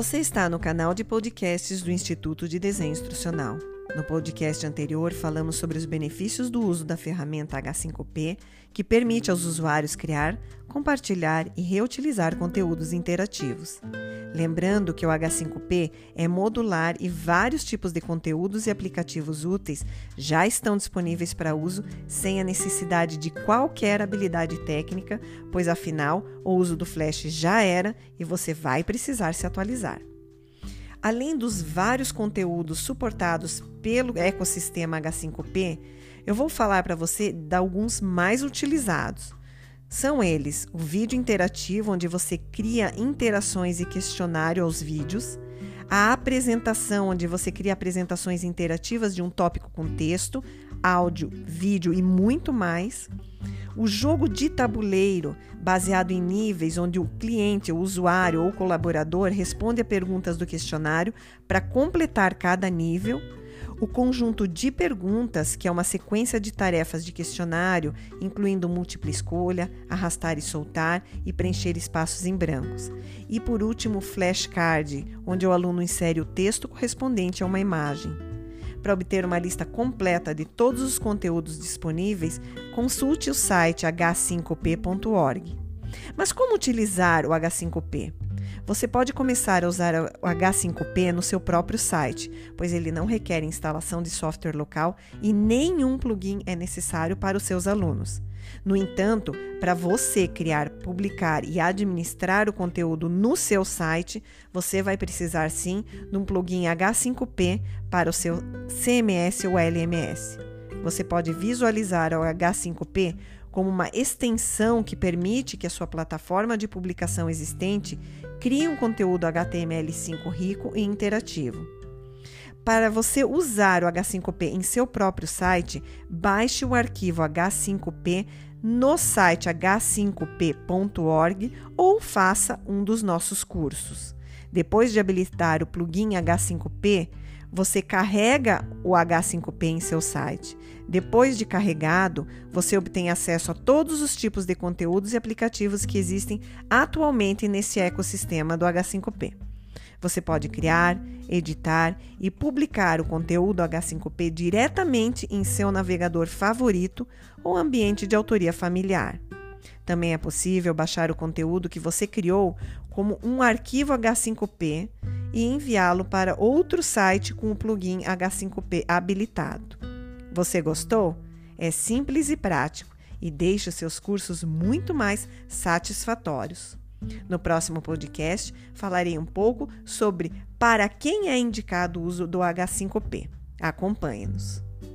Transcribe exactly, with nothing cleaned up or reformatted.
Você está no canal de podcasts do Instituto de Desenho Instrucional. No podcast anterior, falamos sobre os benefícios do uso da ferramenta H cinco P, que permite aos usuários criar, compartilhar e reutilizar conteúdos interativos. Lembrando que o H cinco P é modular e vários tipos de conteúdos e aplicativos úteis já estão disponíveis para uso sem a necessidade de qualquer habilidade técnica, pois afinal o uso do Flash já era e você vai precisar se atualizar. Além dos vários conteúdos suportados pelo ecossistema H cinco P, eu vou falar para você de alguns mais utilizados. São eles o vídeo interativo, onde você cria interações e questionário aos vídeos, a apresentação, onde você cria apresentações interativas de um tópico com texto, áudio, vídeo e muito mais, o jogo de tabuleiro, baseado em níveis, onde o cliente, o usuário ou o colaborador responde a perguntas do questionário para completar cada nível, o conjunto de perguntas, que é uma sequência de tarefas de questionário, incluindo múltipla escolha, arrastar e soltar e preencher espaços em brancos. E por último, o flashcard, onde o aluno insere o texto correspondente a uma imagem. Para obter uma lista completa de todos os conteúdos disponíveis, consulte o site h cinco p ponto org. Mas como utilizar o H cinco P? Você pode começar a usar o H cinco P no seu próprio site, pois ele não requer instalação de software local e nenhum plugin é necessário para os seus alunos. No entanto, para você criar, publicar e administrar o conteúdo no seu site, você vai precisar sim de um plugin H cinco P para o seu C M S ou L M S. Você pode visualizar o H cinco P como uma extensão que permite que a sua plataforma de publicação existente crie um conteúdo H T M L cinco rico e interativo. Para você usar o H cinco P em seu próprio site, baixe o arquivo H cinco P no site h cinco p ponto org ou faça um dos nossos cursos. Depois de habilitar o plugin H cinco P, você carrega o H cinco P em seu site. Depois de carregado, você obtém acesso a todos os tipos de conteúdos e aplicativos que existem atualmente nesse ecossistema do H cinco P. Você pode criar, editar e publicar o conteúdo H cinco P diretamente em seu navegador favorito ou ambiente de autoria familiar. Também é possível baixar o conteúdo que você criou como um arquivo H cinco P e enviá-lo para outro site com o plugin H cinco P habilitado. Você gostou? É simples e prático e deixa os seus cursos muito mais satisfatórios. No próximo podcast, falarei um pouco sobre para quem é indicado o uso do H cinco P. Acompanhe-nos!